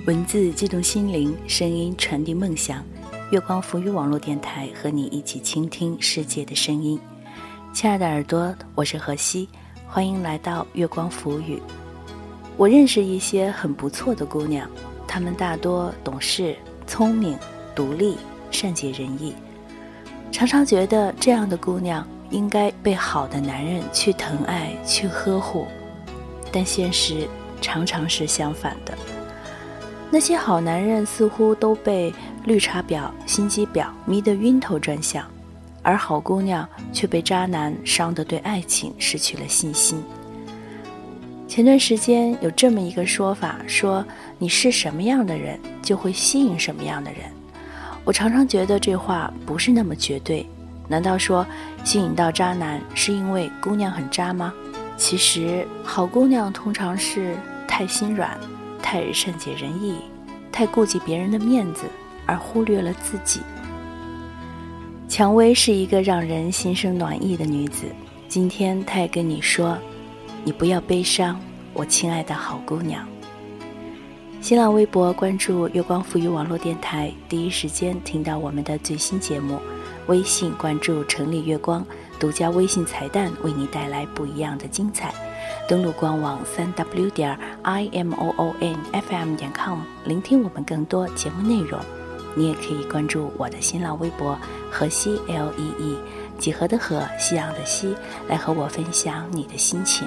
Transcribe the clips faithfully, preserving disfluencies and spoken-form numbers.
文字激动心灵，声音传递梦想。月光浮语网络电台和你一起倾听世界的声音。亲爱的耳朵，我是何西，欢迎来到月光浮语。我认识一些很不错的姑娘，她们大多懂事、聪明、独立、善解人意，常常觉得这样的姑娘应该被好的男人去疼爱、去呵护，但现实常常是相反的。那些好男人似乎都被绿茶婊、心机婊迷得晕头转向，而好姑娘却被渣男伤得对爱情失去了信心。前段时间有这么一个说法，说你是什么样的人，就会吸引什么样的人。我常常觉得这话不是那么绝对。难道说吸引到渣男是因为姑娘很渣吗？其实好姑娘通常是太心软，太善解人意，太顾及别人的面子，而忽略了自己。蔷薇是一个让人心生暖意的女子，今天她也跟你说，你不要悲伤，我亲爱的好姑娘。新浪微博关注月光浮语网络电台，第一时间听到我们的最新节目。微信关注城里月光，独家微信彩蛋为你带来不一样的精彩。登录官网 三 w 点 i m o o n f m 点 com 聆听我们更多节目内容。你也可以关注我的新浪微博何西 L E E 几何的何，夕阳的夕，来和我分享你的心情。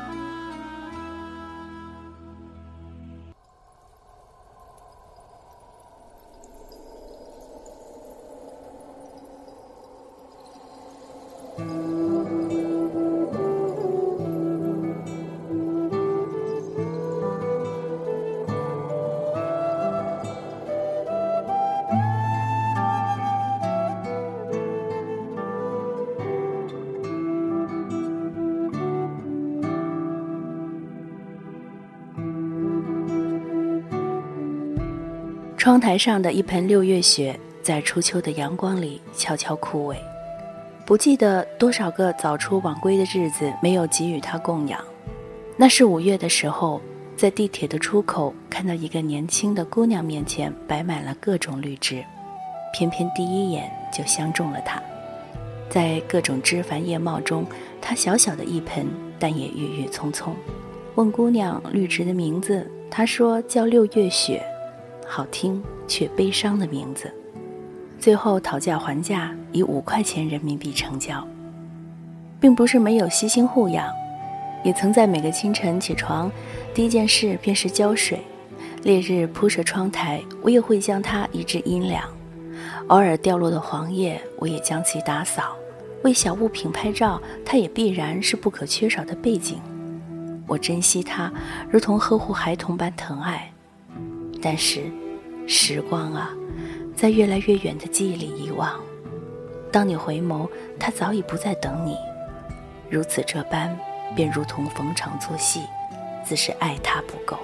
窗台上的一盆六月雪，在初秋的阳光里悄悄枯萎。不记得多少个早出晚归的日子没有给予它供养。那是五月的时候，在地铁的出口看到一个年轻的姑娘面前摆满了各种绿植，偏偏第一眼就相中了她。在各种枝繁叶茂中，她小小的一盆，但也郁郁葱葱。问姑娘绿植的名字，她说叫六月雪，好听却悲伤的名字。最后讨价还价，以五块钱人民币成交。并不是没有悉心护养，也曾在每个清晨起床，第一件事便是浇水。烈日铺设窗台，我也会将它移至阴凉。偶尔掉落的黄叶，我也将其打扫。为小物品拍照，它也必然是不可缺少的背景。我珍惜它，如同呵护孩童般疼爱。但是时光啊，在越来越远的记忆里遗忘。当你回眸，它早已不再等你。如此这般，便如同逢场作戏，自是爱它不够。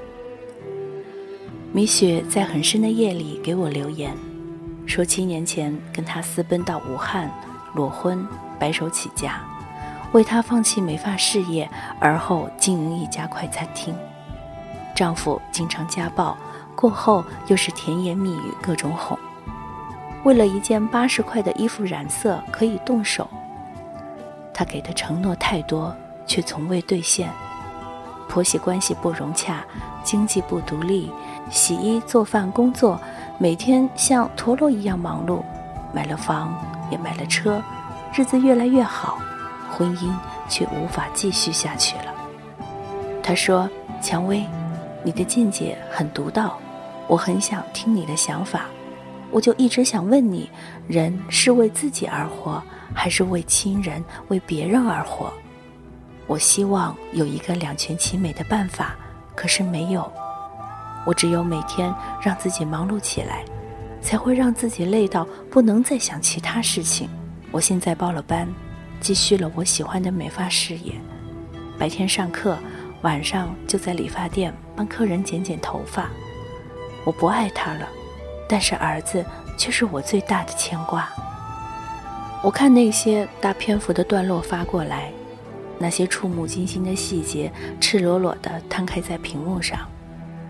米雪在很深的夜里给我留言，说七年前跟他私奔到武汉，裸婚，白手起家，为他放弃美发事业，而后经营一家快餐厅。丈夫经常家暴，过后又是甜言蜜语各种哄。为了一件八十块的衣服染色可以动手，他给的承诺太多，却从未兑现。婆媳关系不融洽，经济不独立，洗衣做饭工作，每天像陀螺一样忙碌，买了房也买了车，日子越来越好，婚姻却无法继续下去了。他说，蔷薇，你的见解很独到，我很想听你的想法。我就一直想问你，人是为自己而活，还是为亲人、为别人而活？我希望有一个两全其美的办法，可是没有。我只有每天让自己忙碌起来，才会让自己累到不能再想其他事情。我现在报了班，继续了我喜欢的美发事业，白天上课，晚上就在理发店帮客人剪剪头发。我不爱他了，但是儿子却是我最大的牵挂。我看那些大篇幅的段落发过来，那些触目惊心的细节赤裸裸地摊开在屏幕上。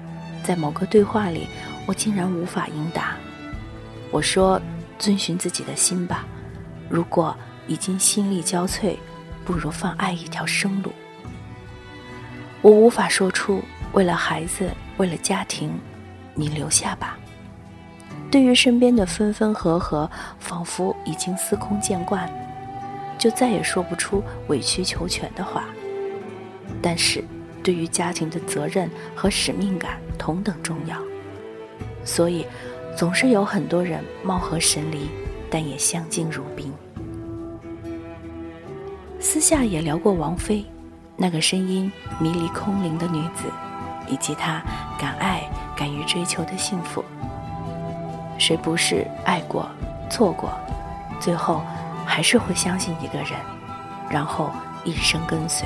在某个对话里，我竟然无法应答。我说，遵循自己的心吧，如果已经心力交瘁，不如放爱一条生路。我无法说出为了孩子，为了家庭，你留下吧。对于身边的分分合合，仿佛已经司空见惯，就再也说不出委曲求全的话。但是对于家庭的责任和使命感同等重要，所以总是有很多人貌合神离，但也相敬如宾。私下也聊过王菲，那个声音迷离空灵的女子，以及她敢爱敢于追求的幸福。谁不是爱过错过，最后还是会相信一个人，然后一生跟随。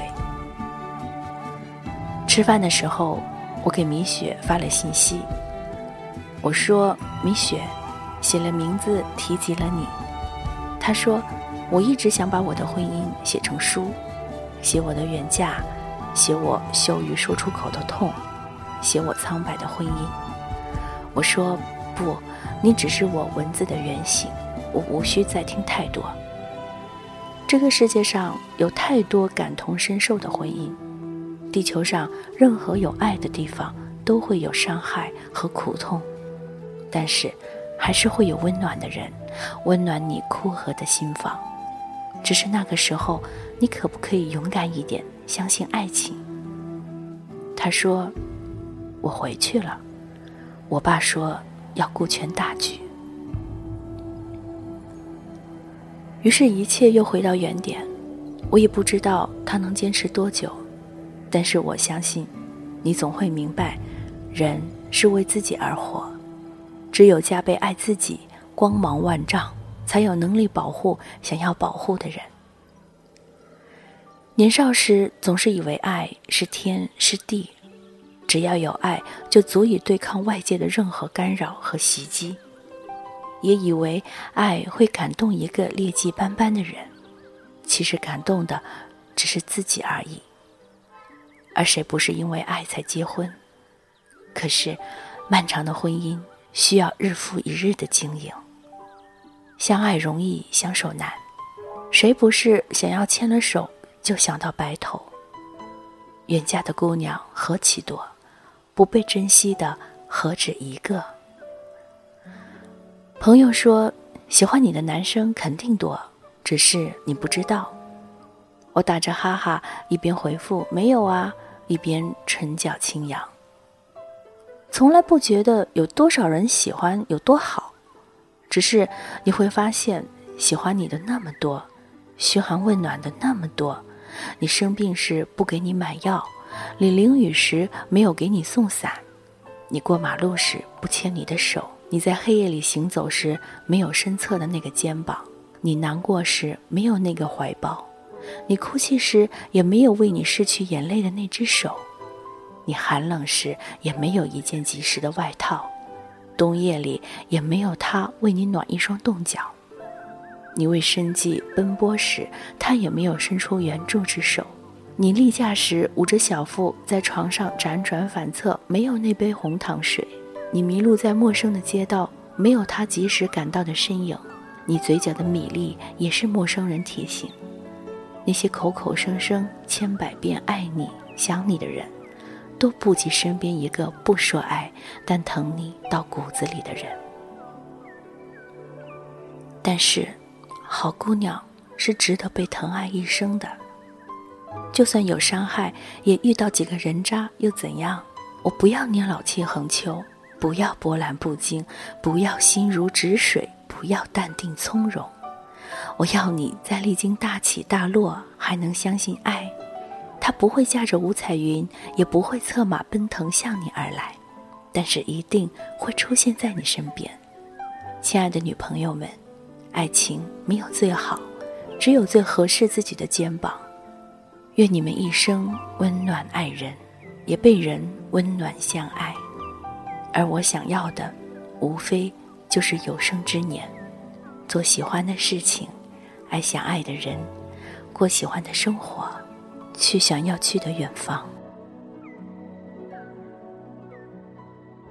吃饭的时候，我给米雪发了信息，我说，米雪，写了名字提及了你。她说，我一直想把我的婚姻写成书，写我的远嫁，写我羞于说出口的痛，写我苍白的婚姻。我说，不，你只是我文字的原型，我无需再听太多。这个世界上有太多感同身受的婚姻，地球上任何有爱的地方都会有伤害和苦痛，但是还是会有温暖的人，温暖你枯涸的心房。只是那个时候，你可不可以勇敢一点，相信爱情？他说，我回去了。我爸说要顾全大局。于是一切又回到原点，我也不知道他能坚持多久，但是我相信你总会明白，人是为自己而活，只有加倍爱自己，光芒万丈，才有能力保护想要保护的人。年少时总是以为爱是天是地，只要有爱就足以对抗外界的任何干扰和袭击，也以为爱会感动一个劣迹斑斑的人，其实感动的只是自己而已。而谁不是因为爱才结婚？可是漫长的婚姻需要日复一日的经营，相爱容易相守难，谁不是想要牵了手就想到白头？远嫁的姑娘何其多，不被珍惜的何止一个？朋友说，喜欢你的男生肯定多，只是你不知道。我打着哈哈，一边回复没有啊，一边唇角轻扬。从来不觉得有多少人喜欢有多好，只是你会发现，喜欢你的那么多，嘘寒问暖的那么多，你生病时不给你买药，你淋雨时没有给你送伞，你过马路时不牵你的手，你在黑夜里行走时没有身侧的那个肩膀，你难过时没有那个怀抱，你哭泣时也没有为你拭去眼泪的那只手，你寒冷时也没有一件及时的外套，冬夜里也没有他为你暖一双冻脚，你为生计奔波时他也没有伸出援助之手，你例假时捂着小腹在床上辗转反侧，没有那杯红糖水，你迷路在陌生的街道，没有他及时赶到的身影，你嘴角的米粒也是陌生人提醒。那些口口声声千百遍爱你想你的人，都不及身边一个不说爱但疼你到骨子里的人。但是好姑娘是值得被疼爱一生的，就算有伤害，也遇到几个人渣又怎样？我不要你老气横秋，不要波澜不惊，不要心如止水，不要淡定从容。我要你在历经大起大落还能相信爱，它不会驾着五彩云，也不会策马奔腾向你而来，但是一定会出现在你身边。亲爱的女朋友们，爱情没有最好，只有最合适自己的肩膀。愿你们一生温暖爱人，也被人温暖相爱。而我想要的无非就是有生之年，做喜欢的事情，爱想爱的人，过喜欢的生活，去想要去的远方。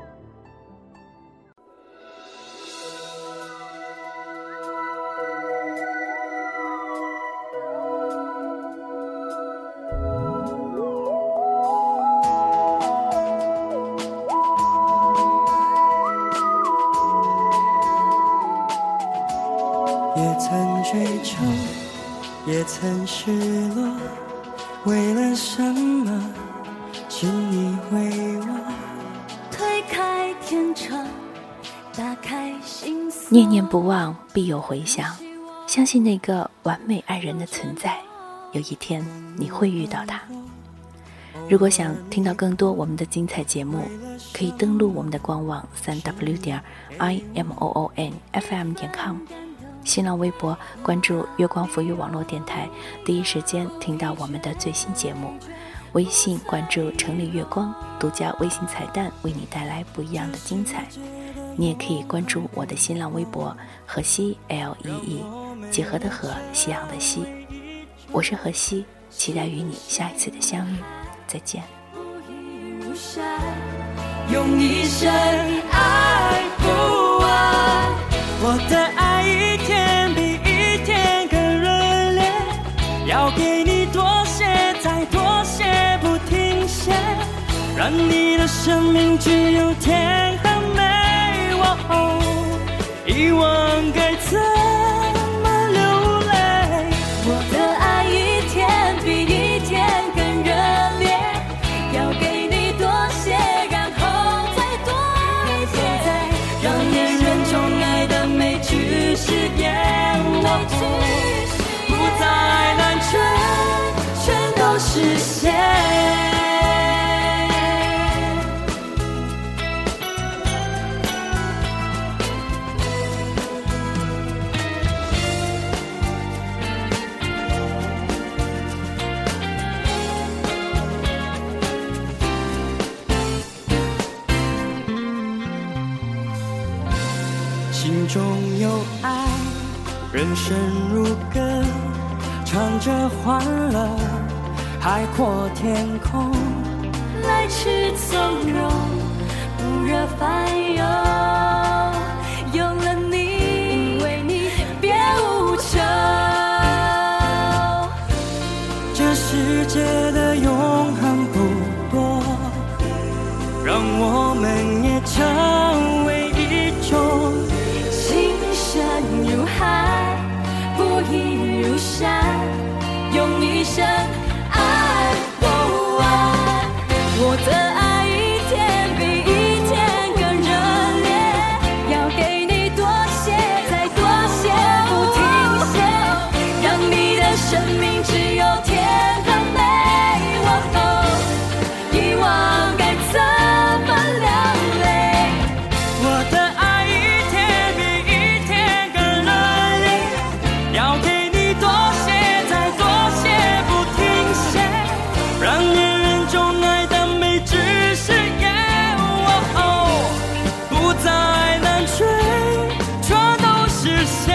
也曾追求，也曾失落，为了什么，请你为我推开天窗，打开心锁。念念不忘，必有回响。相信那个完美爱人的存在，有一天你会遇到他。如果想听到更多我们的精彩节目，可以登录我们的官网 三 w 点 i m o o n f m 点 com， 新浪微博关注月光浮语网络电台，第一时间听到我们的最新节目。微信关注城里月光，独家微信彩蛋为你带来不一样的精彩。你也可以关注我的新浪微博荷西 L E E， 几何的何，夕阳的夕。我是荷西，期待与你下一次的相遇，再见。 用一生爱不完，我的爱一天比一天更热烈，要给你多些再多些不停歇，让你的生命只有甜和美。哦，遗忘该怎么流泪， 我的爱一天比一天更热烈，要给你多些然后再多一些，让恋人中爱的美只是烟火，不再难全全都实现。 心中有爱，人生如歌，唱着欢乐，海阔天空， 来去从容，不惹烦忧。有了你，因为你别无求。 这世界的永恒不多，让我们也成为一种情深如海，不移如山，用一生爱不完。我的爱一天比一天更热烈，要给你多些再多些不停歇，让你的生命只有甜和美。遗忘该怎么流泪， 我的爱一天比一天更热烈，要给你多些再多些不停歇，让恋人中爱的美只是烟火，不再难追，全都实现。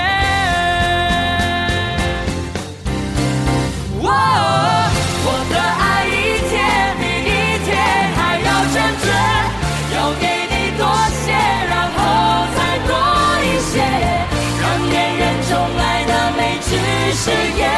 我的爱一天比一天还要坚决，要给你多些然后再多一些，让恋人中爱的美只是烟